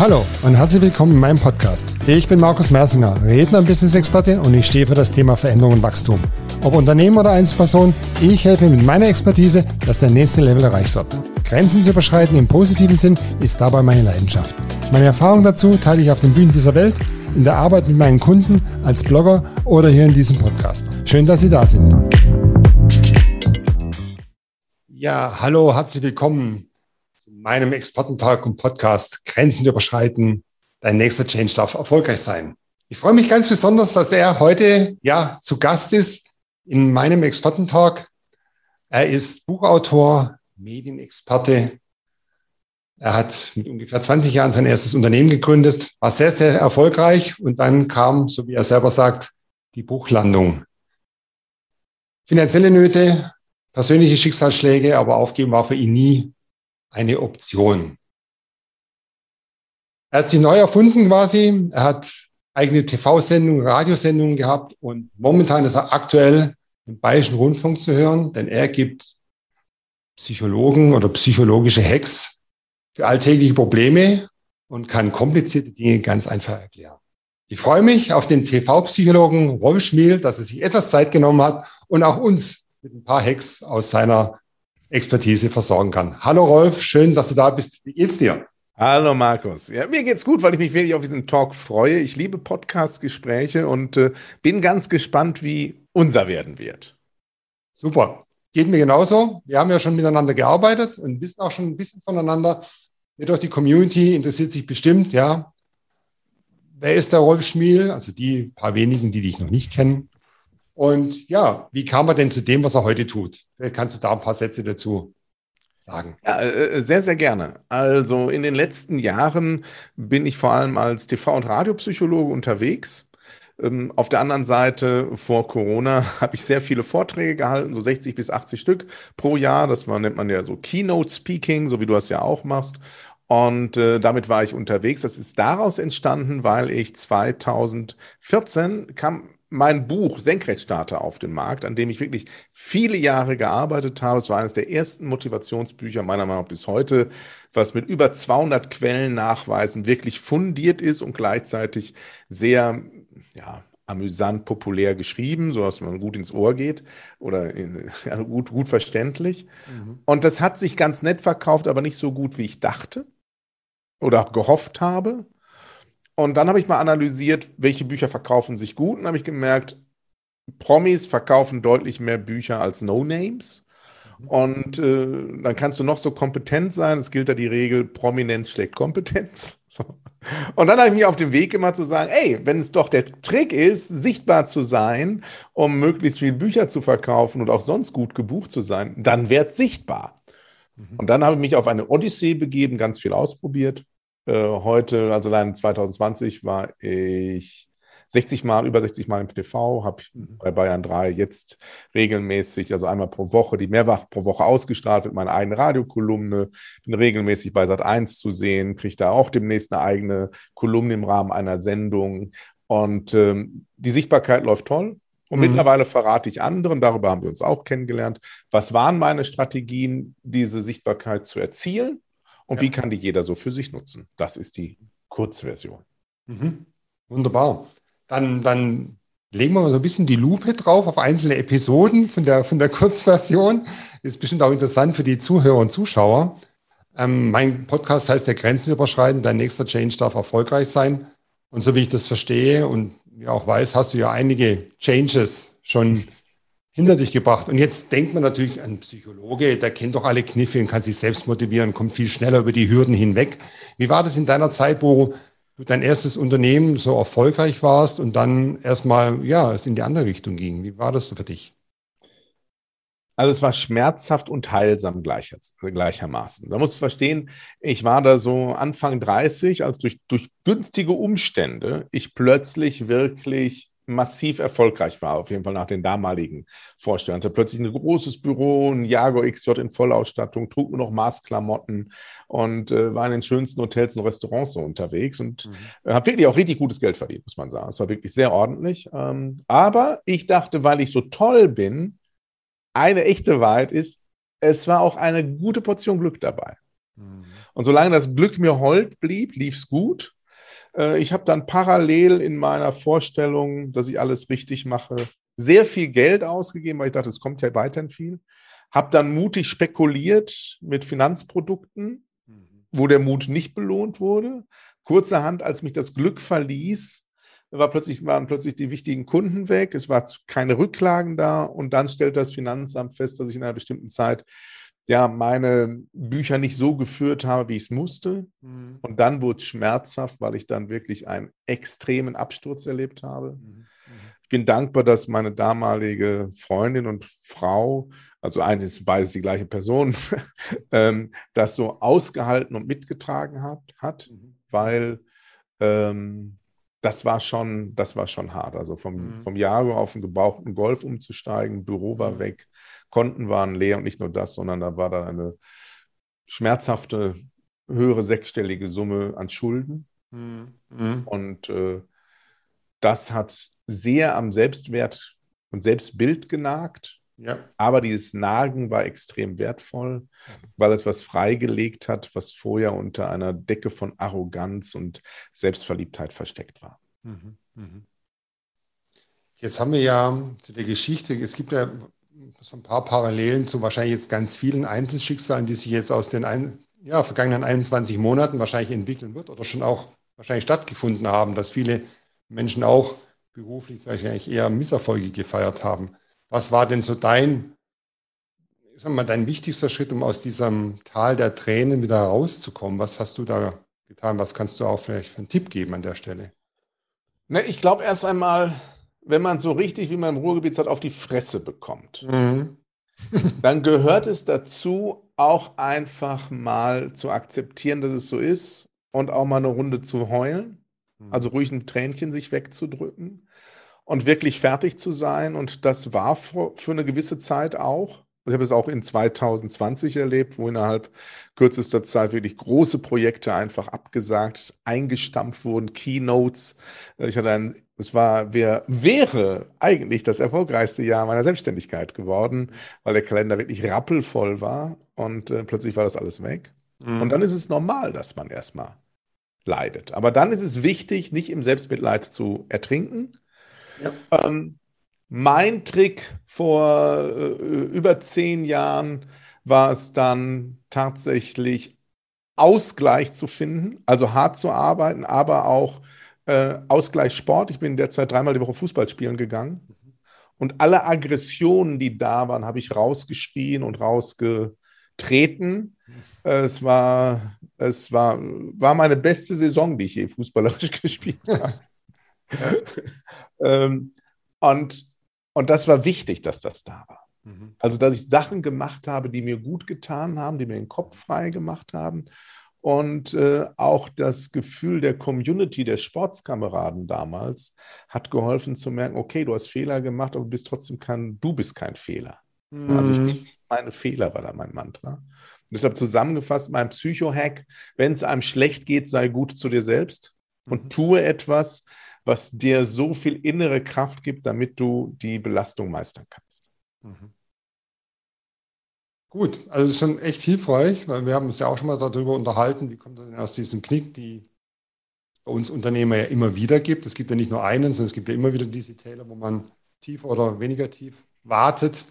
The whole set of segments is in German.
Hallo und herzlich willkommen in meinem Podcast. Ich bin Markus Mersinger, Redner und Business-Experte und ich stehe für das Thema Veränderung und Wachstum. Ob Unternehmen oder Einzelperson, ich helfe mit meiner Expertise, dass der nächste Level erreicht wird. Grenzen zu überschreiten im positiven Sinn ist dabei meine Leidenschaft. Meine Erfahrung dazu teile ich auf den Bühnen dieser Welt, in der Arbeit mit meinen Kunden, als Blogger oder hier in diesem Podcast. Schön, dass Sie da sind. Ja, hallo, herzlich willkommen zu meinem Expertentag und Podcast Grenzen überschreiten. Dein nächster Change darf erfolgreich sein. Ich freue mich ganz besonders, dass er heute zu Gast ist in meinem Expertentag. Er ist Buchautor, Medienexperte. Er hat mit ungefähr 20 Jahren sein erstes Unternehmen gegründet, war sehr, sehr erfolgreich und dann kam, so wie er selber sagt, die Bruchlandung. Finanzielle Nöte, persönliche Schicksalsschläge, aber aufgeben war für ihn nie eine Option. Er hat sich neu erfunden quasi. Er hat eigene TV-Sendungen, Radiosendungen gehabt und momentan ist er aktuell im Bayerischen Rundfunk zu hören, denn er gibt Psychologen oder psychologische Hacks für alltägliche Probleme und kann komplizierte Dinge ganz einfach erklären. Ich freue mich auf den TV-Psychologen Rolf Schmiel, dass er sich etwas Zeit genommen hat und auch uns mit ein paar Hacks aus seiner Expertise versorgen kann. Hallo Rolf, schön, dass du da bist. Wie geht's dir? Hallo Markus. Ja, mir geht's gut, weil ich mich wirklich auf diesen Talk freue. Ich liebe Podcast-Gespräche und bin ganz gespannt, wie unser werden wird. Super. Geht mir genauso. Wir haben ja schon miteinander gearbeitet und wissen auch schon ein bisschen voneinander. Jedoch die Community interessiert sich bestimmt, wer ist der Rolf Schmiel? Also die paar wenigen, die dich noch nicht kennen. Und wie kam er denn zu dem, was er heute tut? Vielleicht kannst du da ein paar Sätze dazu sagen. Ja, sehr, sehr gerne. Also in den letzten Jahren bin ich vor allem als TV- und Radiopsychologe unterwegs. Auf der anderen Seite, vor Corona, habe ich sehr viele Vorträge gehalten, so 60 bis 80 Stück pro Jahr. Nennt man ja so Keynote Speaking, so wie du das ja auch machst. Und damit war ich unterwegs. Das ist daraus entstanden, weil ich 2014 kam mein Buch Senkrechtstarter auf den Markt, an dem ich wirklich viele Jahre gearbeitet habe. Es war eines der ersten Motivationsbücher, meiner Meinung nach bis heute, was mit über 200 Quellennachweisen wirklich fundiert ist und gleichzeitig sehr amüsant, populär geschrieben, sodass man gut ins Ohr geht oder gut verständlich. Mhm. Und das hat sich ganz nett verkauft, aber nicht so gut, wie ich dachte oder gehofft habe. Und dann habe ich mal analysiert, welche Bücher verkaufen sich gut. Und habe ich gemerkt, Promis verkaufen deutlich mehr Bücher als No-Names. Und dann kannst du noch so kompetent sein. Es gilt da die Regel, Prominenz schlägt Kompetenz. So. Und dann habe ich mich auf den Weg gemacht zu sagen, wenn es doch der Trick ist, sichtbar zu sein, um möglichst viele Bücher zu verkaufen und auch sonst gut gebucht zu sein, dann werd sichtbar. Und dann habe ich mich auf eine Odyssee begeben, ganz viel ausprobiert. Heute, also allein 2020, war ich über 60 Mal im TV, habe ich bei Bayern 3 jetzt regelmäßig, also einmal pro Woche, die mehrfach pro Woche ausgestrahlt wird, meine eigene Radiokolumne, bin regelmäßig bei Sat.1 zu sehen, kriege da auch demnächst eine eigene Kolumne im Rahmen einer Sendung und die Sichtbarkeit läuft toll. Und mittlerweile verrate ich anderen, darüber haben wir uns auch kennengelernt, was waren meine Strategien, diese Sichtbarkeit zu erzielen und wie kann die jeder so für sich nutzen. Das ist die Kurzversion. Mhm. Wunderbar. Dann legen wir mal so ein bisschen die Lupe drauf auf einzelne Episoden von der Kurzversion. Ist bestimmt auch interessant für die Zuhörer und Zuschauer. Mein Podcast heißt ja Grenzen überschreiten, dein nächster Change darf erfolgreich sein. Und so wie ich das verstehe und auch weiß, hast du ja einige Changes schon hinter dich gebracht. Und jetzt denkt man natürlich, ein Psychologe, der kennt doch alle Kniffe und kann sich selbst motivieren, kommt viel schneller über die Hürden hinweg. Wie war das in deiner Zeit, wo du dein erstes Unternehmen so erfolgreich warst und dann erstmal, es in die andere Richtung ging? Wie war das so für dich? Also es war schmerzhaft und heilsam gleichermaßen. Da musst du verstehen, ich war da so Anfang 30, als durch günstige Umstände ich plötzlich wirklich massiv erfolgreich war, auf jeden Fall nach den damaligen Vorstellungen. Ich hatte plötzlich ein großes Büro, ein Jaguar XJ in Vollausstattung, trug nur noch Maßklamotten und war in den schönsten Hotels und Restaurants so unterwegs und habe wirklich auch richtig gutes Geld verdient, muss man sagen. Es war wirklich sehr ordentlich. Aber ich dachte, weil ich so toll bin, eine echte Wahrheit ist, es war auch eine gute Portion Glück dabei. Und solange das Glück mir hold blieb, lief es gut. Ich habe dann parallel in meiner Vorstellung, dass ich alles richtig mache, sehr viel Geld ausgegeben, weil ich dachte, es kommt ja weiterhin viel. Habe dann mutig spekuliert mit Finanzprodukten, wo der Mut nicht belohnt wurde. Kurzerhand, als mich das Glück verließ, waren plötzlich die wichtigen Kunden weg. Es waren keine Rücklagen da. Und dann stellte das Finanzamt fest, dass ich in einer bestimmten Zeit ja meine Bücher nicht so geführt habe, wie ich es musste. Und dann wurde es schmerzhaft, weil ich dann wirklich einen extremen Absturz erlebt habe. Ich bin dankbar, dass meine damalige Freundin und Frau, also eigentlich ist beides die gleiche Person, das so ausgehalten und mitgetragen hat, weil das war schon hart. Also vom Jaguar auf einen gebrauchten Golf umzusteigen, Büro war weg, Konten waren leer und nicht nur das, sondern da war dann eine schmerzhafte, höhere sechsstellige Summe an Schulden. Und das hat sehr am Selbstwert und Selbstbild genagt. Ja. Aber dieses Nagen war extrem wertvoll, weil es was freigelegt hat, was vorher unter einer Decke von Arroganz und Selbstverliebtheit versteckt war. Jetzt haben wir ja zu der Geschichte, es gibt ja so ein paar Parallelen zu wahrscheinlich jetzt ganz vielen Einzelschicksalen, die sich jetzt aus den vergangenen 21 Monaten wahrscheinlich entwickeln wird oder schon auch wahrscheinlich stattgefunden haben, dass viele Menschen auch beruflich wahrscheinlich eher Misserfolge gefeiert haben. Was war denn so dein wichtigster Schritt, um aus diesem Tal der Tränen wieder rauszukommen? Was hast du da getan? Was kannst du auch vielleicht für einen Tipp geben an der Stelle? Ne, ich glaube erst einmal, wenn man so richtig, wie man im Ruhrgebiet sagt, auf die Fresse bekommt, dann gehört es dazu, auch einfach mal zu akzeptieren, dass es so ist und auch mal eine Runde zu heulen, also ruhig ein Tränchen sich wegzudrücken und wirklich fertig zu sein. Und das war für eine gewisse Zeit auch. Ich habe es auch in 2020 erlebt, wo innerhalb kürzester Zeit wirklich große Projekte einfach abgesagt, eingestampft wurden, Keynotes. Wäre eigentlich das erfolgreichste Jahr meiner Selbstständigkeit geworden, weil der Kalender wirklich rappelvoll war und plötzlich war das alles weg. Und dann ist es normal, dass man erstmal leidet. Aber dann ist es wichtig, nicht im Selbstmitleid zu ertrinken. Ja. Mein Trick vor über 10 Jahren war es dann tatsächlich, Ausgleich zu finden, also hart zu arbeiten, aber auch Ausgleichssport. Ich bin derzeit 3-mal die Woche Fußball spielen gegangen und alle Aggressionen, die da waren, habe ich rausgeschrien und rausgetreten. War meine beste Saison, die ich je fußballerisch gespielt habe. Und das war wichtig, dass das da war. Also, dass ich Sachen gemacht habe, die mir gut getan haben, die mir den Kopf frei gemacht haben. Und auch das Gefühl der Community, der Sportskameraden damals, hat geholfen zu merken, okay, du hast Fehler gemacht, aber du bist kein Fehler. Also ich bin meine Fehler, war da mein Mantra. Und deshalb zusammengefasst, mein Psycho-Hack: Wenn es einem schlecht geht, sei gut zu dir selbst und tue etwas, was dir so viel innere Kraft gibt, damit du die Belastung meistern kannst. Gut, also das ist schon echt hilfreich, weil wir haben uns ja auch schon mal darüber unterhalten, wie kommt das denn aus diesem Knick, die es bei uns Unternehmer ja immer wieder gibt. Es gibt ja nicht nur einen, sondern es gibt ja immer wieder diese Täler, wo man tief oder weniger tief wartet.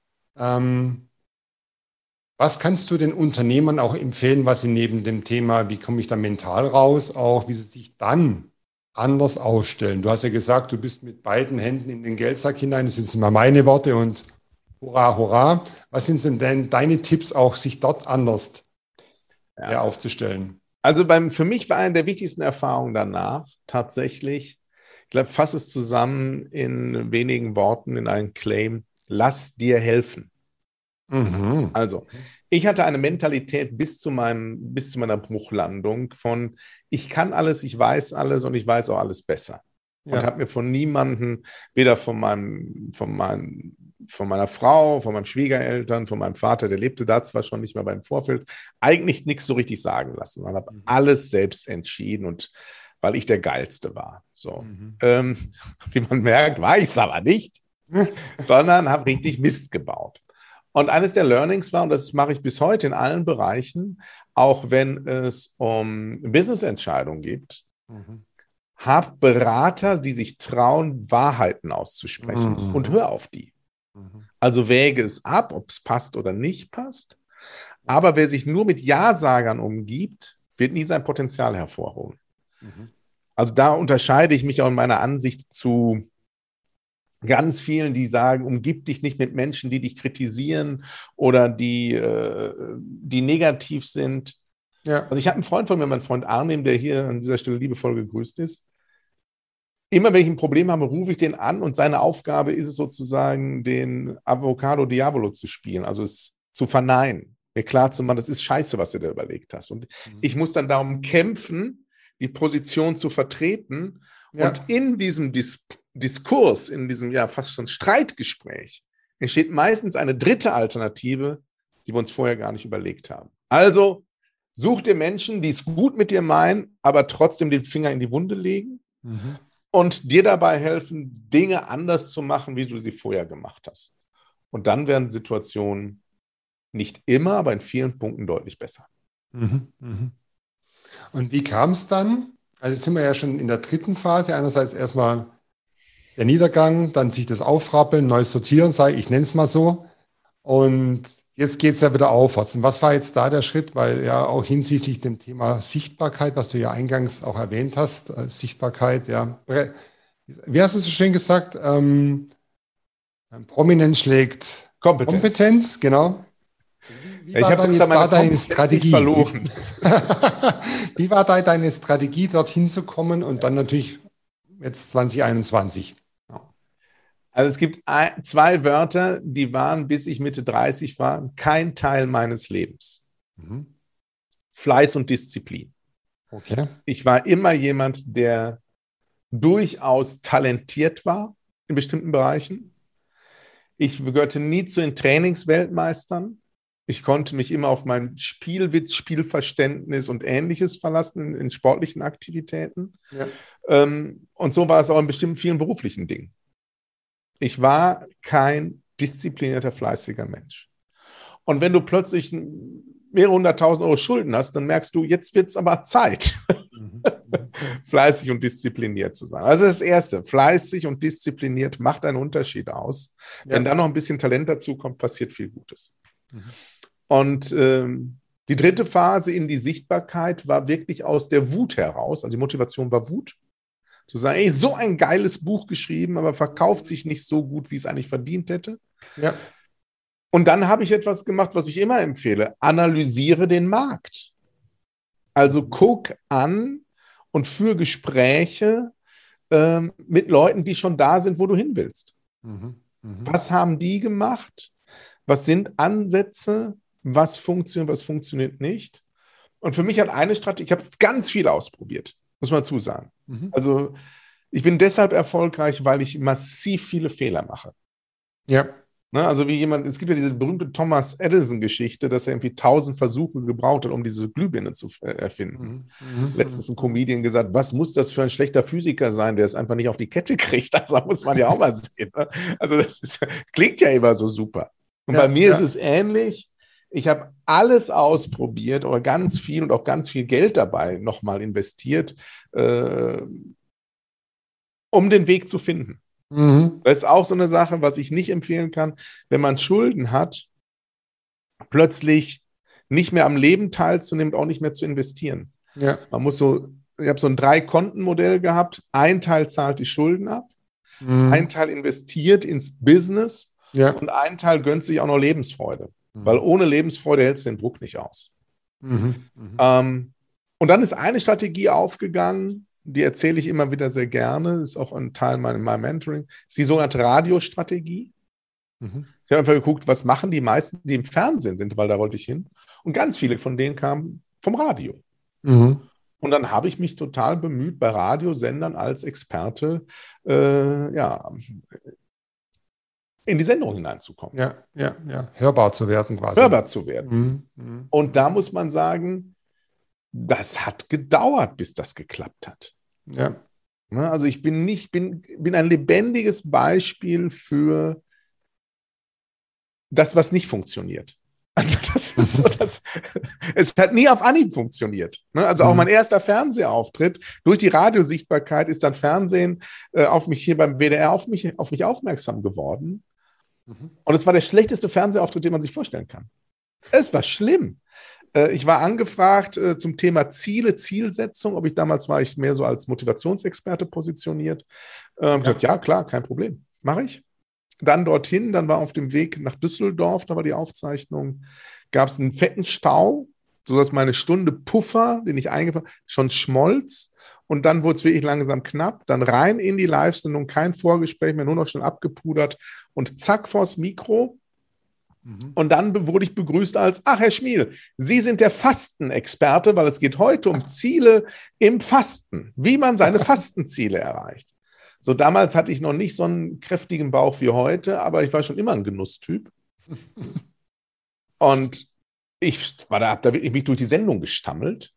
Was kannst du den Unternehmern auch empfehlen, was sie neben dem Thema, wie komme ich da mental raus, auch wie sie sich dann anders aufstellen? Du hast ja gesagt, du bist mit beiden Händen in den Geldsack hinein. Das sind jetzt mal meine Worte und hurra, hurra. Was sind denn deine Tipps, auch sich dort anders aufzustellen? Also für mich war eine der wichtigsten Erfahrungen danach tatsächlich, ich glaube, fasse es zusammen in wenigen Worten in einen Claim: Lass dir helfen. Also, ich hatte eine Mentalität bis zu meiner Bruchlandung von: Ich kann alles, ich weiß alles und ich weiß auch alles besser. Und habe mir von niemandem, weder von meiner Frau, von meinen Schwiegereltern, von meinem Vater, der lebte da zwar schon nicht mehr beim Vorfeld, eigentlich nichts so richtig sagen lassen. Ich habe alles selbst entschieden, und weil ich der Geilste war. So. Wie man merkt, war ich es aber nicht, sondern habe richtig Mist gebaut. Und eines der Learnings war, und das mache ich bis heute in allen Bereichen, auch wenn es um Business-Entscheidungen geht, hab Berater, die sich trauen, Wahrheiten auszusprechen und hör auf die. Also wäge es ab, ob es passt oder nicht passt. Aber wer sich nur mit Ja-Sagern umgibt, wird nie sein Potenzial hervorholen. Also da unterscheide ich mich auch in meiner Ansicht zu ganz vielen, die sagen, umgib dich nicht mit Menschen, die dich kritisieren oder die negativ sind. Ja. Also ich habe einen Freund von mir, mein Freund Arnim, der hier an dieser Stelle liebevoll gegrüßt ist. Immer wenn ich ein Problem habe, rufe ich den an und seine Aufgabe ist es sozusagen, den Avocado Diavolo zu spielen, also es zu verneinen, mir klarzumachen, das ist scheiße, was du dir überlegt hast. Und ich muss dann darum kämpfen, die Position zu vertreten. Ja. Und in diesem Diskurs, in diesem ja fast schon Streitgespräch, entsteht meistens eine dritte Alternative, die wir uns vorher gar nicht überlegt haben. Also such dir Menschen, die es gut mit dir meinen, aber trotzdem den Finger in die Wunde legen und dir dabei helfen, Dinge anders zu machen, wie du sie vorher gemacht hast. Und dann werden Situationen nicht immer, aber in vielen Punkten deutlich besser. Und wie kam es dann? Also jetzt sind wir ja schon in der dritten Phase. Einerseits erstmal der Niedergang, dann sich das Aufrappeln, neu sortieren, ich nenne es mal so. Und jetzt geht es ja wieder aufwärts. Und was war jetzt da der Schritt? Weil ja auch hinsichtlich dem Thema Sichtbarkeit, was du ja eingangs auch erwähnt hast, Sichtbarkeit, ja. Wie hast du so schön gesagt? Prominenz schlägt Kompetenz, genau. Wie war dann jetzt da deine Strategie? Verloren. Wie war da deine Strategie, dorthin zu kommen und dann natürlich jetzt 2021? Also es gibt zwei Wörter, die waren, bis ich Mitte 30 war, kein Teil meines Lebens. Fleiß und Disziplin. Okay. Ich war immer jemand, der durchaus talentiert war in bestimmten Bereichen. Ich gehörte nie zu den Trainingsweltmeistern. Ich konnte mich immer auf mein Spielwitz, Spielverständnis und Ähnliches verlassen in sportlichen Aktivitäten. Ja. Und so war es auch in bestimmten vielen beruflichen Dingen. Ich war kein disziplinierter, fleißiger Mensch. Und wenn du plötzlich mehrere 100.000 Euro Schulden hast, dann merkst du, jetzt wird es aber Zeit, fleißig und diszipliniert zu sein. Also das Erste, fleißig und diszipliniert macht einen Unterschied aus. Ja. Wenn da noch ein bisschen Talent dazu kommt, passiert viel Gutes. Und die dritte Phase in die Sichtbarkeit war wirklich aus der Wut heraus, also die Motivation war Wut, zu sagen, ey, so ein geiles Buch geschrieben, aber verkauft sich nicht so gut, wie es eigentlich verdient hätte. Ja. Und dann habe ich etwas gemacht, was ich immer empfehle, analysiere den Markt. Also guck an und führe Gespräche mit Leuten, die schon da sind, wo du hin willst. Was haben die gemacht? Was sind Ansätze? Was funktioniert nicht? Und für mich hat eine Strategie, ich habe ganz viel ausprobiert, muss man zusagen. Also ich bin deshalb erfolgreich, weil ich massiv viele Fehler mache. Ja. Ne, also wie jemand, es gibt ja diese berühmte Thomas Edison-Geschichte, dass er irgendwie 1000 Versuche gebraucht hat, um diese Glühbirne zu erfinden. Letztens ein Comedian gesagt, was muss das für ein schlechter Physiker sein, der es einfach nicht auf die Kette kriegt? Also muss man ja auch mal sehen. Ne? Also das klingt ja immer so super. Und bei mir ist es ähnlich. Ich habe alles ausprobiert oder ganz viel und auch ganz viel Geld dabei nochmal investiert, um den Weg zu finden. Das ist auch so eine Sache, was ich nicht empfehlen kann, wenn man Schulden hat, plötzlich nicht mehr am Leben teilzunehmen, auch nicht mehr zu investieren. Ja. Man muss ich habe so ein 3-Konten-Modell gehabt, ein Teil zahlt die Schulden ab, ein Teil investiert ins Business und ein Teil gönnt sich auch noch Lebensfreude. Weil ohne Lebensfreude hältst du den Druck nicht aus. Und dann ist eine Strategie aufgegangen, die erzähle ich immer wieder sehr gerne, das ist auch ein Teil meinem Mentoring, das ist die sogenannte Radiostrategie. Ich habe einfach geguckt, was machen die meisten, die im Fernsehen sind, weil da wollte ich hin. Und ganz viele von denen kamen vom Radio. Und dann habe ich mich total bemüht, bei Radiosendern als Experte in die Sendung hineinzukommen. Ja. Hörbar zu werden quasi. Hörbar zu werden. Und da muss man sagen, das hat gedauert, bis das geklappt hat. Ja. Also ich bin ein lebendiges Beispiel für das, was nicht funktioniert. Also das ist so, es hat nie auf Anhieb funktioniert. Ne? Also auch mein erster Fernsehauftritt durch die Radiosichtbarkeit ist dann Fernsehen auf mich hier beim WDR auf mich aufmerksam geworden. Und es war der schlechteste Fernsehauftritt, den man sich vorstellen kann. Es war schlimm. Ich war angefragt zum Thema Ziele, Zielsetzung. Damals war ich mehr so als Motivationsexperte positioniert. Gesagt, ja, klar, kein Problem. Mache ich. Dann dorthin, dann war auf dem Weg nach Düsseldorf, da war die Aufzeichnung, gab es einen fetten Stau, sodass meine Stunde Puffer, den ich eingeplant habe, schon schmolz. Und dann wurde es wirklich langsam knapp. Dann rein in die Live-Sendung, kein Vorgespräch mehr, nur noch schnell abgepudert und zack vors Mikro. Und dann wurde ich begrüßt als, ach Herr Schmiel, Sie sind der Fastenexperte, weil es geht heute um Ziele im Fasten, wie man seine Fastenziele erreicht. So, damals hatte ich noch nicht so einen kräftigen Bauch wie heute, aber ich war schon immer ein Genusstyp. Und ich habe da wirklich mich durch die Sendung gestammelt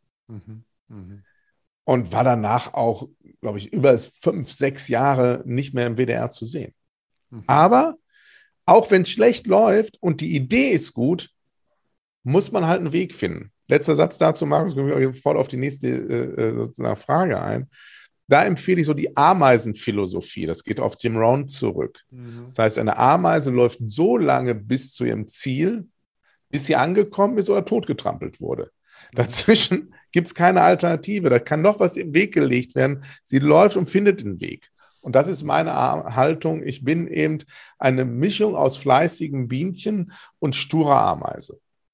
und war danach auch, glaube ich, über 5, 6 Jahre nicht mehr im WDR zu sehen. Aber auch wenn es schlecht läuft und die Idee ist gut, muss man halt einen Weg finden. Letzter Satz dazu, Markus, gehen wir voll auf die nächste sozusagen Frage ein. Da empfehle ich so die Ameisenphilosophie. Das geht auf Jim Rohn zurück. Das heißt, eine Ameise läuft so lange bis zu ihrem Ziel, bis sie angekommen ist oder totgetrampelt wurde. Dazwischen gibt es keine Alternative. Da kann noch was im Weg gelegt werden. Sie läuft und findet den Weg. Und das ist meine Haltung. Ich bin eben eine Mischung aus fleißigem Bienchen und sturer Ameise.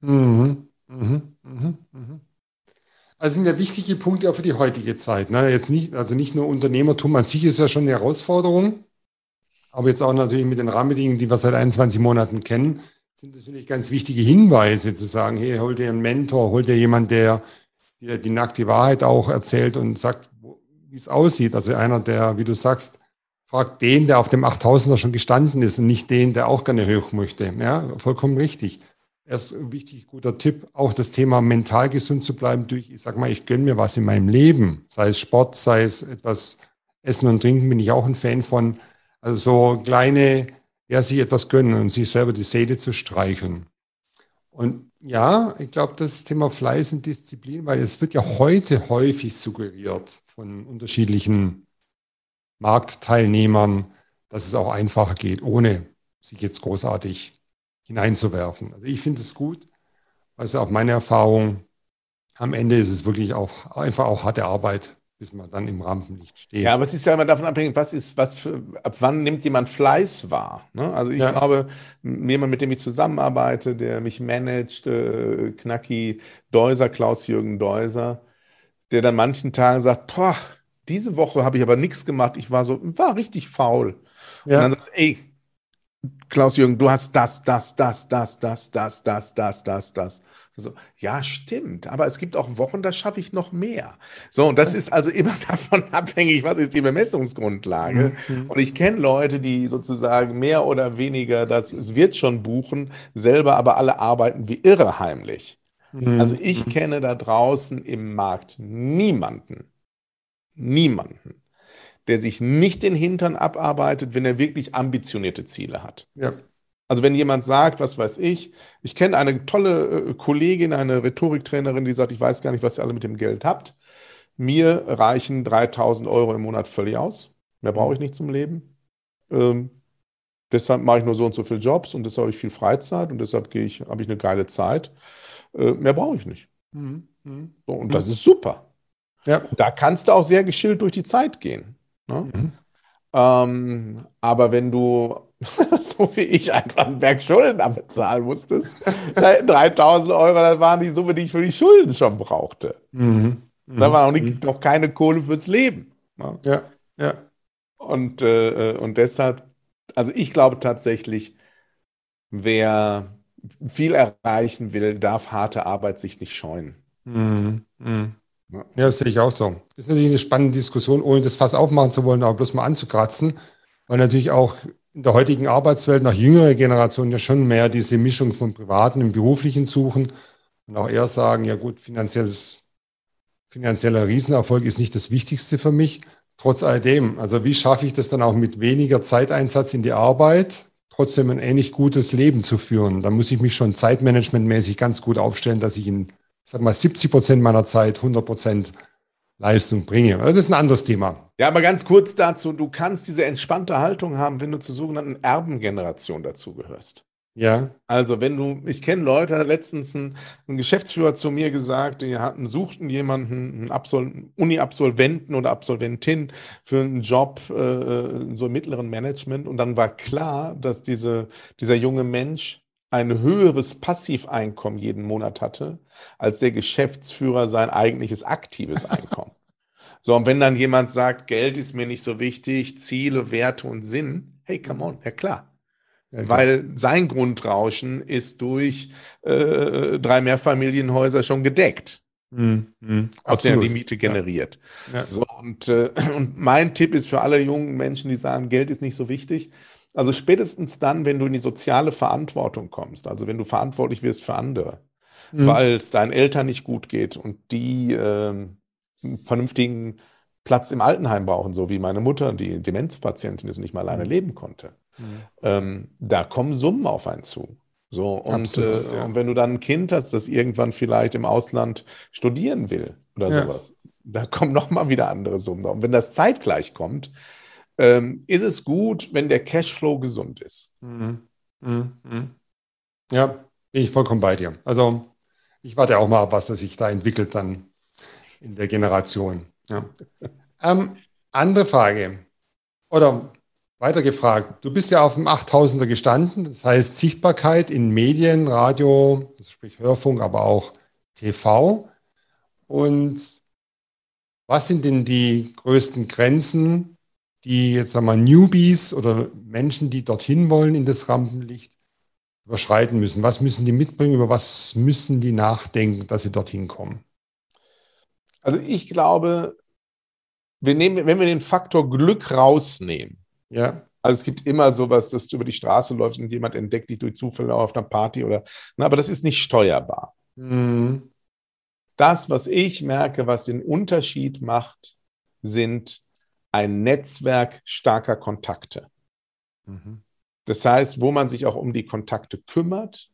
Also sind ja wichtige Punkte auch für die heutige Zeit. Ne? Jetzt nicht, also nicht nur Unternehmertum an sich ist ja schon eine Herausforderung, aber jetzt auch natürlich mit den Rahmenbedingungen, die wir seit 21 Monaten kennen, sind das natürlich ganz wichtige Hinweise zu sagen, hey, hol dir einen Mentor, hol dir jemanden, der dir die nackte Wahrheit auch erzählt und sagt, wie es aussieht. Also einer, der, wie du sagst, fragt den, der auf dem 8000er schon gestanden ist und nicht den, der auch gerne hoch möchte. Ja, vollkommen richtig. Erst ein wichtig, guter Tipp, auch das Thema mental gesund zu bleiben durch, ich sag mal, ich gönne mir was in meinem Leben, sei es Sport, sei es etwas Essen und Trinken, bin ich auch ein Fan von. Also so kleine, ja, sich etwas gönnen und sich selber die Seele zu streicheln. Und ja, ich glaube, das Thema Fleiß und Disziplin, weil es wird ja heute häufig suggeriert von unterschiedlichen Marktteilnehmern, dass es auch einfacher geht, ohne sich jetzt großartig hineinzuwerfen. Also ich finde es gut. Also auch meine Erfahrung, am Ende ist es wirklich auch einfach auch harte Arbeit, bis man dann im Rampenlicht steht. Ja, aber es ist ja immer davon abhängig, ab wann nimmt jemand Fleiß wahr? Ne? Also ich glaube, jemand, mit dem ich zusammenarbeite, der mich managt, Knacki Deuser, Klaus-Jürgen Deuser, der dann manchen Tagen sagt, boah, diese Woche habe ich aber nichts gemacht, war richtig faul. Und dann sagst du, ey, Klaus-Jürgen, du hast das. So, ja, stimmt, aber es gibt auch Wochen, da schaffe ich noch mehr. So, und das ist also immer davon abhängig, was ist die Bemessungsgrundlage. Und ich kenne Leute, die sozusagen mehr oder weniger es wird schon buchen, selber aber alle arbeiten wie irre heimlich. Also ich kenne da draußen im Markt niemanden, der sich nicht den Hintern abarbeitet, wenn er wirklich ambitionierte Ziele hat. Ja. Also wenn jemand sagt, was weiß ich kenne eine tolle Kollegin, eine Rhetoriktrainerin, die sagt, ich weiß gar nicht, was ihr alle mit dem Geld habt. Mir reichen 3.000 Euro im Monat völlig aus. Mehr brauche ich nicht zum Leben. Deshalb mache ich nur so und so viele Jobs und deshalb habe ich viel Freizeit und deshalb habe ich eine geile Zeit. Mehr brauche ich nicht. So, und das ist super. Ja. Und da kannst du auch sehr geschillt durch die Zeit gehen. Ne? Aber wenn du, so wie ich, einfach einen Berg Schulden abbezahlen musstest, 3.000 Euro, das waren die Summe, die ich für die Schulden schon brauchte. Da war noch keine Kohle fürs Leben. Ne? Ja. Und deshalb, also ich glaube tatsächlich, wer viel erreichen will, darf harte Arbeit sich nicht scheuen. Ja, das sehe ich auch so. Das ist natürlich eine spannende Diskussion, ohne das Fass aufmachen zu wollen, aber bloß mal anzukratzen, weil natürlich auch in der heutigen Arbeitswelt nach jüngerer Generation ja schon mehr diese Mischung von Privaten und Beruflichen suchen und auch eher sagen, ja gut, finanzieller Riesenerfolg ist nicht das Wichtigste für mich. Trotz alledem, also wie schaffe ich das dann auch mit weniger Zeiteinsatz in die Arbeit, trotzdem ein ähnlich gutes Leben zu führen. Da muss ich mich schon zeitmanagementmäßig ganz gut aufstellen, dass ich in, sag mal, 70% meiner Zeit 100% Leistung bringe. Also das ist ein anderes Thema. Ja, aber ganz kurz dazu, du kannst diese entspannte Haltung haben, wenn du zur sogenannten Erbengeneration dazugehörst. Ja. Also ich kenne Leute, hat letztens ein Geschäftsführer zu mir gesagt, suchten jemanden, einen Uni-Absolventen oder Absolventin für einen Job, so im mittleren Management. Und dann war klar, dass dieser junge Mensch ein höheres Passiveinkommen jeden Monat hatte, als der Geschäftsführer sein eigentliches aktives Einkommen. So, und wenn dann jemand sagt, Geld ist mir nicht so wichtig, Ziele, Werte und Sinn, hey, come on, ja klar. Ja, klar. Weil sein Grundrauschen ist durch 3 Mehrfamilienhäuser schon gedeckt, aus der die Absolut. Miete Ja. generiert. Ja. So, und mein Tipp ist für alle jungen Menschen, die sagen, Geld ist nicht so wichtig, also spätestens dann, wenn du in die soziale Verantwortung kommst, also wenn du verantwortlich wirst für andere, Mhm. weil es deinen Eltern nicht gut geht und die einen vernünftigen Platz im Altenheim brauchen, so wie meine Mutter, die Demenzpatientin ist und nicht mal alleine Mhm. leben konnte. Mhm. Da kommen Summen auf einen zu. So, Absolut, und ja. wenn du dann ein Kind hast, das irgendwann vielleicht im Ausland studieren will oder Ja. sowas, da kommen nochmal wieder andere Summen. Und wenn das zeitgleich kommt, ist es gut, wenn der Cashflow gesund ist. Mhm. Mhm. Mhm. Ja, bin ich vollkommen bei dir. Also ich warte auch mal ab, was das sich da entwickelt dann in der Generation. Ja. Andere Frage oder weiter gefragt. Du bist ja auf dem 8000er gestanden, das heißt Sichtbarkeit in Medien, Radio, also sprich Hörfunk, aber auch TV. Und was sind denn die größten Grenzen, die jetzt sagen wir Newbies oder Menschen, die dorthin wollen in das Rampenlicht, überschreiten müssen? Was müssen die mitbringen? Über was müssen die nachdenken, dass sie dorthin kommen? Also ich glaube, wenn wir den Faktor Glück rausnehmen, Ja. also es gibt immer sowas, dass du über die Straße läufst und jemand entdeckt dich durch Zufall auf einer Party oder, na, aber das ist nicht steuerbar. Mhm. Das, was ich merke, was den Unterschied macht, sind ein Netzwerk starker Kontakte. Mhm. Das heißt, wo man sich auch um die Kontakte kümmert,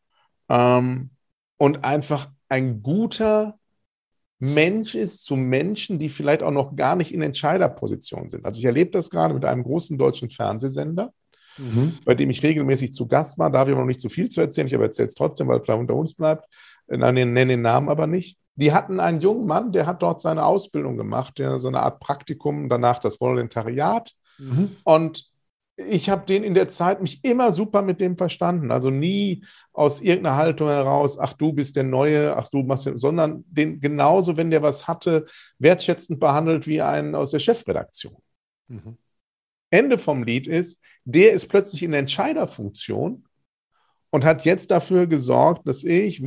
ähm, und einfach ein guter Mensch ist zu Menschen, die vielleicht auch noch gar nicht in Entscheiderposition sind. Also ich erlebe das gerade mit einem großen deutschen Fernsehsender, Mhm. bei dem ich regelmäßig zu Gast war. Darf ich aber noch nicht zu viel zu erzählen. Ich aber erzähle es trotzdem, weil es unter uns bleibt. Nenne den Namen aber nicht. Die hatten einen jungen Mann, der hat dort seine Ausbildung gemacht, der so eine Art Praktikum, danach das Volontariat. Mhm. Und ich habe den in der Zeit mich immer super mit dem verstanden. Also nie aus irgendeiner Haltung heraus, ach du bist der Neue, ach du machst den, sondern den genauso, wenn der was hatte, wertschätzend behandelt wie einen aus der Chefredaktion. Mhm. Ende vom Lied ist, der ist plötzlich in der Entscheiderfunktion und hat jetzt dafür gesorgt, dass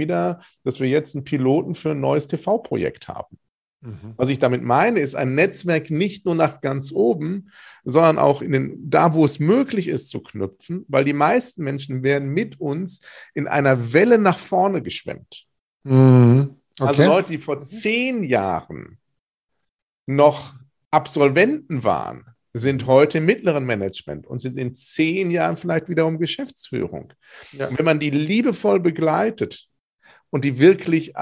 wir jetzt einen Piloten für ein neues TV-Projekt haben. Mhm. Was ich damit meine, ist ein Netzwerk nicht nur nach ganz oben, sondern auch da, wo es möglich ist, zu knüpfen, weil die meisten Menschen werden mit uns in einer Welle nach vorne geschwemmt. Mhm. Also Okay. Leute, die vor 10 Jahren noch Absolventen waren, sind Mhm. heute im mittleren Management und sind in 10 Jahren vielleicht wiederum Geschäftsführung. Ja. Und wenn man die liebevoll begleitet und die wirklich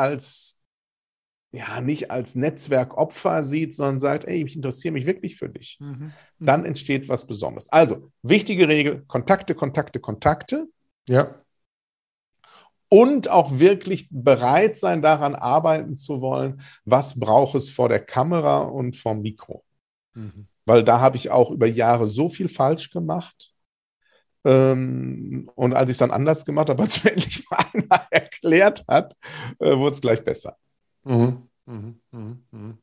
nicht als Netzwerkopfer sieht, sondern sagt, ey, ich interessiere mich wirklich für dich, Mhm. dann Mhm. entsteht was Besonderes. Also, wichtige Regel, Kontakte, Kontakte, Kontakte Ja. und auch wirklich bereit sein, daran arbeiten zu wollen, was braucht es vor der Kamera und vom Mikro. Mhm. Weil da habe ich auch über Jahre so viel falsch gemacht. Und als ich es dann anders gemacht habe, als mir endlich mal einer erklärt hat, wurde es gleich besser. Mhm. Mhm. Mhm. Mhm.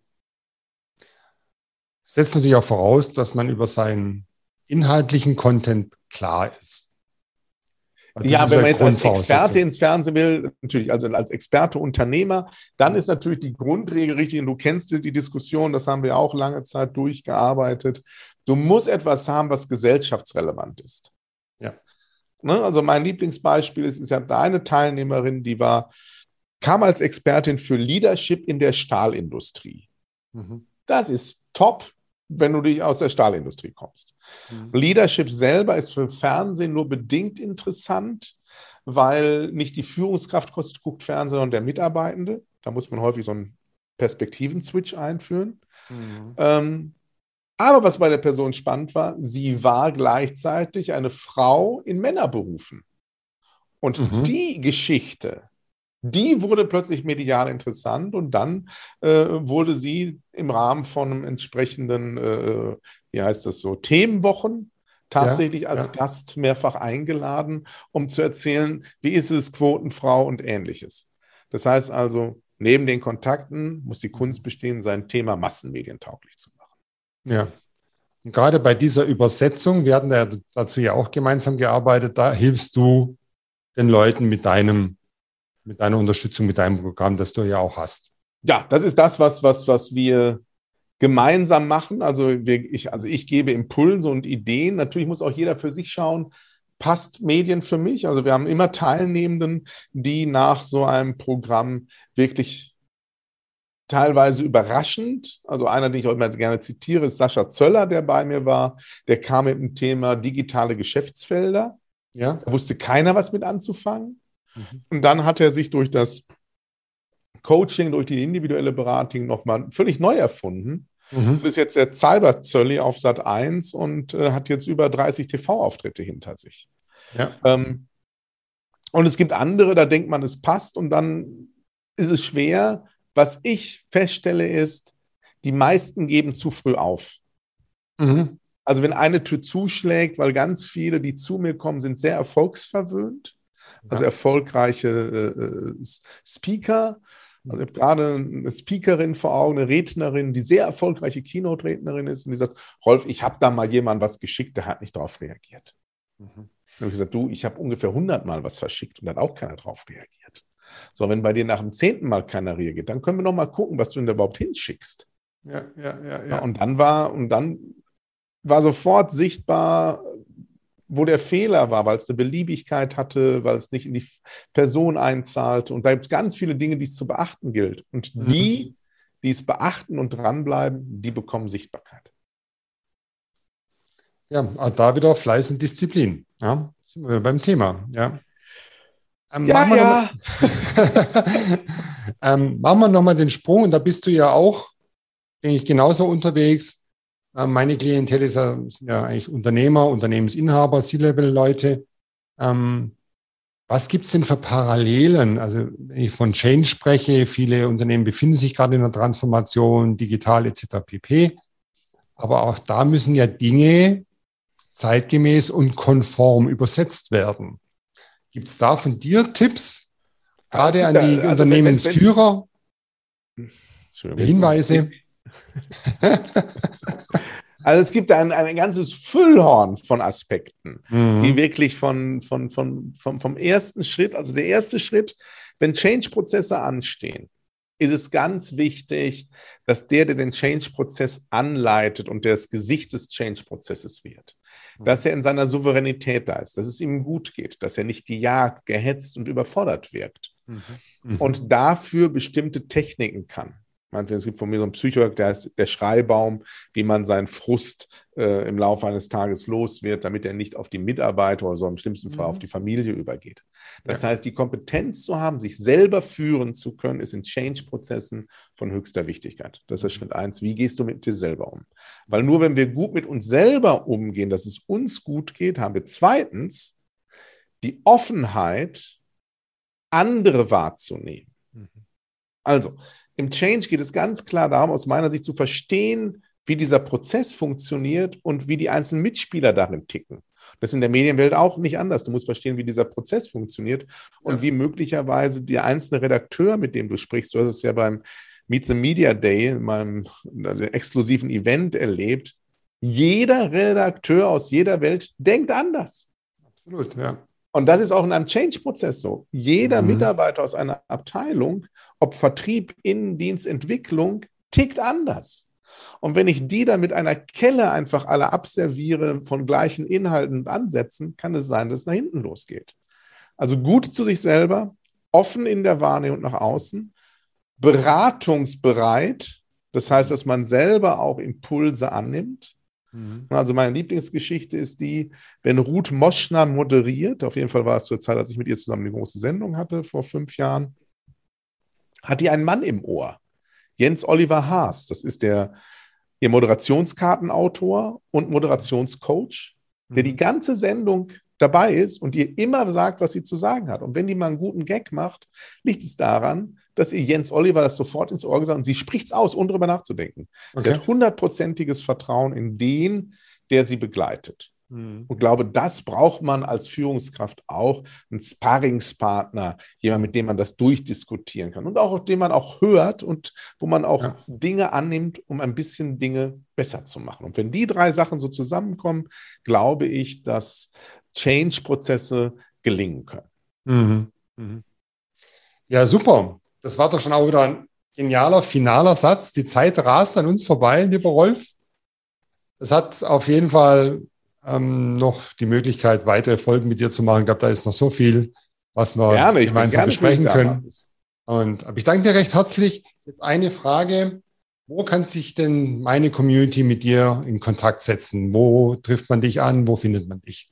Setzt natürlich auch voraus, dass man über seinen inhaltlichen Content klar ist. Also das Ja, ist wenn ja man jetzt als Experte Grundvoraussetzung. ins Fernsehen will, natürlich, also als Experte Unternehmer, dann ist natürlich die Grundregel richtig, und du kennst die Diskussion, das haben wir auch lange Zeit durchgearbeitet. Du musst etwas haben, was gesellschaftsrelevant ist. Ja. Ne? Also mein Lieblingsbeispiel ist ja eine Teilnehmerin, kam als Expertin für Leadership in der Stahlindustrie. Mhm. Das ist top. wenn du dich aus der Stahlindustrie kommst. Leadership selber ist für Fernsehen nur bedingt interessant, weil nicht die Führungskraft guckt Fernsehen, sondern der Mitarbeitende. Da muss man häufig so einen Perspektiven-Switch einführen. Aber was bei der Person spannend war, sie war gleichzeitig eine Frau in Männerberufen. Und die Geschichte, die wurde plötzlich medial interessant und dann wurde sie im Rahmen von einem entsprechenden, wie heißt das so, Themenwochen tatsächlich als Gast mehrfach eingeladen, um zu erzählen, wie ist es, Quotenfrau und Ähnliches. Das heißt also, neben den Kontakten muss die Kunst bestehen, sein Thema massenmedientauglich zu machen. Ja. Und gerade bei dieser Übersetzung, wir hatten dazu ja auch gemeinsam gearbeitet, da hilfst du den Leuten mit deiner Unterstützung, mit deinem Programm, das du ja auch hast. Ja, das ist das, was wir gemeinsam machen. Also ich gebe Impulse und Ideen. Natürlich muss auch jeder für sich schauen, passt Medien für mich? Also wir haben immer Teilnehmenden, die nach so einem Programm wirklich teilweise überraschend, also einer, den ich auch immer gerne zitiere, ist Sascha Zöller, der bei mir war. Der kam mit dem Thema digitale Geschäftsfelder. Ja. Da wusste keiner, was mit anzufangen. Und dann hat er sich durch das Coaching, durch die individuelle Beratung nochmal völlig neu erfunden. Und ist jetzt der Cyberzölli auf Sat.1 und hat jetzt über 30 TV-Auftritte hinter sich. Ja. Und es gibt andere, da denkt man, es passt und dann ist es schwer. Was ich feststelle ist, die meisten geben zu früh auf. Also wenn eine Tür zuschlägt, weil ganz viele, die zu mir kommen, sind sehr erfolgsverwöhnt. Also erfolgreiche Speaker. Also ich habe gerade eine Speakerin vor Augen, eine Rednerin, die sehr erfolgreiche Keynote-Rednerin ist und die sagt, Rolf, ich habe da mal jemandem was geschickt, der hat nicht darauf reagiert. Dann habe ich gesagt, du, ich habe ungefähr 100 Mal was verschickt und da hat auch keiner drauf reagiert. So, wenn bei dir nach dem 10. Mal keiner reagiert, dann können wir noch mal gucken, was du denn da überhaupt hinschickst. Ja, und dann war sofort sichtbar, wo der Fehler war, weil es eine Beliebigkeit hatte, weil es nicht in die Person einzahlte. Und da gibt es ganz viele Dinge, die es zu beachten gilt. Und die es beachten und dranbleiben, die bekommen Sichtbarkeit. Ja, da wieder Fleiß und Disziplin. Ja, sind wir beim Thema. Ja. Machen wir noch mal den Sprung. Und da bist du ja auch, denke ich, genauso unterwegs. Meine Klientel sind ja eigentlich Unternehmer, Unternehmensinhaber, C-Level-Leute. Was gibt es denn für Parallelen? Also wenn ich von Change spreche, viele Unternehmen befinden sich gerade in der Transformation, digital etc. pp. Aber auch da müssen ja Dinge zeitgemäß und konform übersetzt werden. Gibt es da von dir Tipps, gerade an die Unternehmensführer, Hinweise? Also es gibt ein ganzes Füllhorn von Aspekten, die wirklich vom ersten Schritt, also der erste Schritt, wenn Change-Prozesse anstehen, ist es ganz wichtig, dass der den Change-Prozess anleitet und der das Gesicht des Change-Prozesses wird, dass er in seiner Souveränität da ist, dass es ihm gut geht, dass er nicht gejagt, gehetzt und überfordert wirkt und dafür bestimmte Techniken kann. Es gibt von mir so einen Psychologen, der heißt der Schreibaum, wie man seinen Frust im Laufe eines Tages los wird, damit er nicht auf die Mitarbeiter oder so im schlimmsten Fall auf die Familie übergeht. Das heißt, die Kompetenz zu haben, sich selber führen zu können, ist in Change-Prozessen von höchster Wichtigkeit. Das ist Schritt 1. Wie gehst du mit dir selber um? Weil nur wenn wir gut mit uns selber umgehen, dass es uns gut geht, haben wir zweitens die Offenheit, andere wahrzunehmen. Also, im Change geht es ganz klar darum, aus meiner Sicht zu verstehen, wie dieser Prozess funktioniert und wie die einzelnen Mitspieler darin ticken. Das ist in der Medienwelt auch nicht anders. Du musst verstehen, wie dieser Prozess funktioniert und wie möglicherweise der einzelne Redakteur, mit dem du sprichst, du hast es ja beim Meet the Media Day, in meinem exklusiven Event erlebt, jeder Redakteur aus jeder Welt denkt anders. Absolut, ja. Und das ist auch in einem Change-Prozess so. Jeder Mitarbeiter aus einer Abteilung, ob Vertrieb, Innendienst, Entwicklung, tickt anders. Und wenn ich die dann mit einer Kelle einfach alle abserviere von gleichen Inhalten und Ansätzen, kann es sein, dass es nach hinten losgeht. Also gut zu sich selber, offen in der Wahrnehmung nach außen, beratungsbereit Das heißt, dass man selber auch Impulse annimmt. Also meine Lieblingsgeschichte ist die, wenn Ruth Moschner moderiert, auf jeden Fall war es zur Zeit, als ich mit ihr zusammen eine große Sendung hatte, vor 5 Jahren, hat die einen Mann im Ohr, Jens Oliver Haas, das ist ihr Moderationskartenautor und Moderationscoach, der die ganze Sendung dabei ist und ihr immer sagt, was sie zu sagen hat. Und wenn die mal einen guten Gag macht, liegt es daran, dass ihr Jens Oliver das sofort ins Ohr gesagt hat und sie spricht es aus, ohne darüber nachzudenken. Okay. Sie hat 100%iges Vertrauen in den, der sie begleitet. Und glaube, das braucht man als Führungskraft auch, einen Sparringspartner, jemand, mit dem man das durchdiskutieren kann und auch, den man auch hört und wo man auch Dinge annimmt, um ein bisschen Dinge besser zu machen. Und wenn die 3 Sachen so zusammenkommen, glaube ich, dass Change-Prozesse gelingen können. Ja, super. Das war doch schon auch wieder ein genialer, finaler Satz. Die Zeit rast an uns vorbei, lieber Rolf. Es hat auf jeden Fall noch die Möglichkeit, weitere Folgen mit dir zu machen. Ich glaube, da ist noch so viel, was wir gemeinsam besprechen können. Aber ich danke dir recht herzlich. Jetzt eine Frage. Wo kann sich denn meine Community mit dir in Kontakt setzen? Wo trifft man dich an? Wo findet man dich?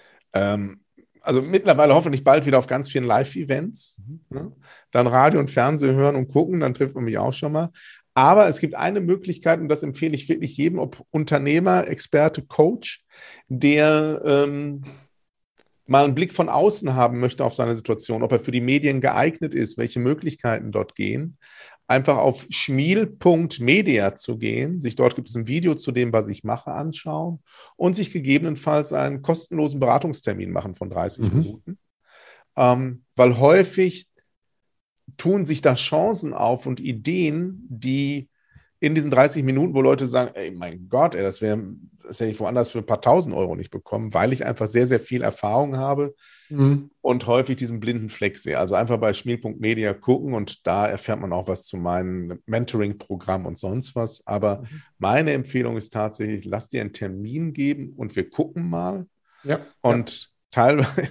Also mittlerweile hoffentlich bald wieder auf ganz vielen Live-Events. Ne? Dann Radio und Fernsehen hören und gucken, dann trifft man mich auch schon mal. Aber es gibt eine Möglichkeit, und das empfehle ich wirklich jedem, ob Unternehmer, Experte, Coach, der mal einen Blick von außen haben möchte auf seine Situation, ob er für die Medien geeignet ist, welche Möglichkeiten dort gehen, einfach auf schmiel.media zu gehen, sich dort gibt es ein Video zu dem, was ich mache, anschauen und sich gegebenenfalls einen kostenlosen Beratungstermin machen von 30 Minuten. Weil häufig tun sich da Chancen auf und Ideen, die in diesen 30 Minuten, wo Leute sagen, ey, mein Gott, ey, das hätte ich woanders für ein paar tausend Euro nicht bekommen, weil ich einfach sehr, sehr viel Erfahrung habe und häufig diesen blinden Fleck sehe. Also einfach bei schmiel.media gucken und da erfährt man auch was zu meinem Mentoring-Programm und sonst was. Aber meine Empfehlung ist tatsächlich, lass dir einen Termin geben und wir gucken mal. Ja. Und teilweise...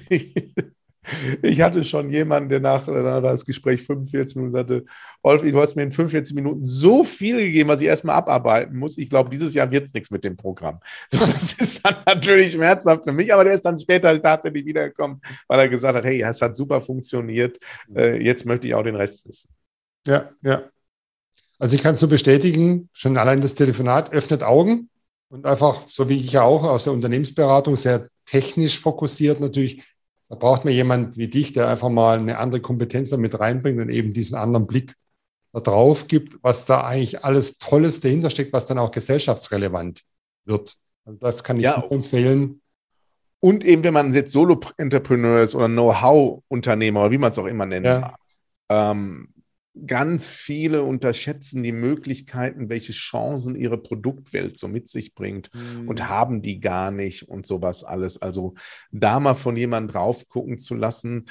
Ich hatte schon jemanden, der nach das Gespräch 45 Minuten sagte, Rolf, du hast mir in 45 Minuten so viel gegeben, was ich erstmal abarbeiten muss. Ich glaube, dieses Jahr wird es nichts mit dem Programm. Das ist dann natürlich schmerzhaft für mich, aber der ist dann später tatsächlich wiedergekommen, weil er gesagt hat, hey, es hat super funktioniert, jetzt möchte ich auch den Rest wissen. Ja. Also ich kann es nur bestätigen, schon allein das Telefonat öffnet Augen und einfach, so wie ich ja auch aus der Unternehmensberatung, sehr technisch fokussiert natürlich. Da braucht man jemand wie dich, der einfach mal eine andere Kompetenz damit reinbringt und eben diesen anderen Blick da drauf gibt, was da eigentlich alles Tolles dahinter steckt, was dann auch gesellschaftsrelevant wird. Also das kann ich nur empfehlen. Und eben, wenn man jetzt Solo-Entrepreneur ist oder Know-how-Unternehmer oder wie man es auch immer nennen mag, ganz viele unterschätzen die Möglichkeiten, welche Chancen ihre Produktwelt so mit sich bringt und haben die gar nicht und sowas alles. Also da mal von jemandem drauf gucken zu lassen.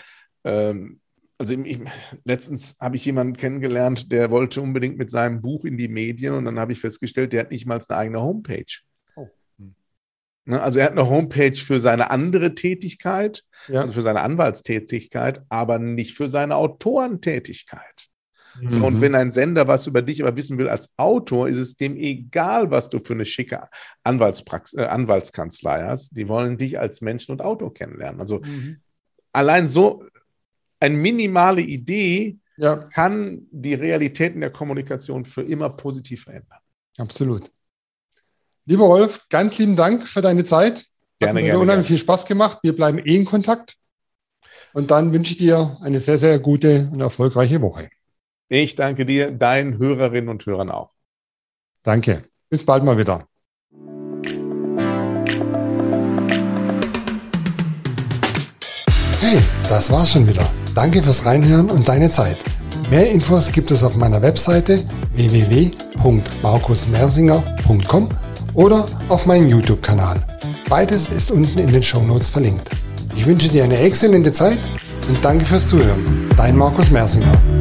Letztens habe ich jemanden kennengelernt, der wollte unbedingt mit seinem Buch in die Medien und dann habe ich festgestellt, der hat nicht mal eine eigene Homepage. Also er hat eine Homepage für seine andere Tätigkeit, also für seine Anwaltstätigkeit, aber nicht für seine Autorentätigkeit. So, und wenn ein Sender was über dich aber wissen will als Autor, ist es dem egal, was du für eine schicke Anwaltskanzlei hast. Die wollen dich als Menschen und Autor kennenlernen. Also allein so eine minimale Idee kann die Realitäten der Kommunikation für immer positiv verändern. Absolut. Lieber Rolf, ganz lieben Dank für deine Zeit. Hat mir unheimlich viel Spaß gemacht. Wir bleiben in Kontakt. Und dann wünsche ich dir eine sehr, sehr gute und erfolgreiche Woche. Ich danke dir, deinen Hörerinnen und Hörern auch. Danke. Bis bald mal wieder. Hey, das war's schon wieder. Danke fürs Reinhören und deine Zeit. Mehr Infos gibt es auf meiner Webseite www.markusmersinger.com oder auf meinem YouTube-Kanal. Beides ist unten in den Shownotes verlinkt. Ich wünsche dir eine exzellente Zeit und danke fürs Zuhören. Dein Markus Mersinger.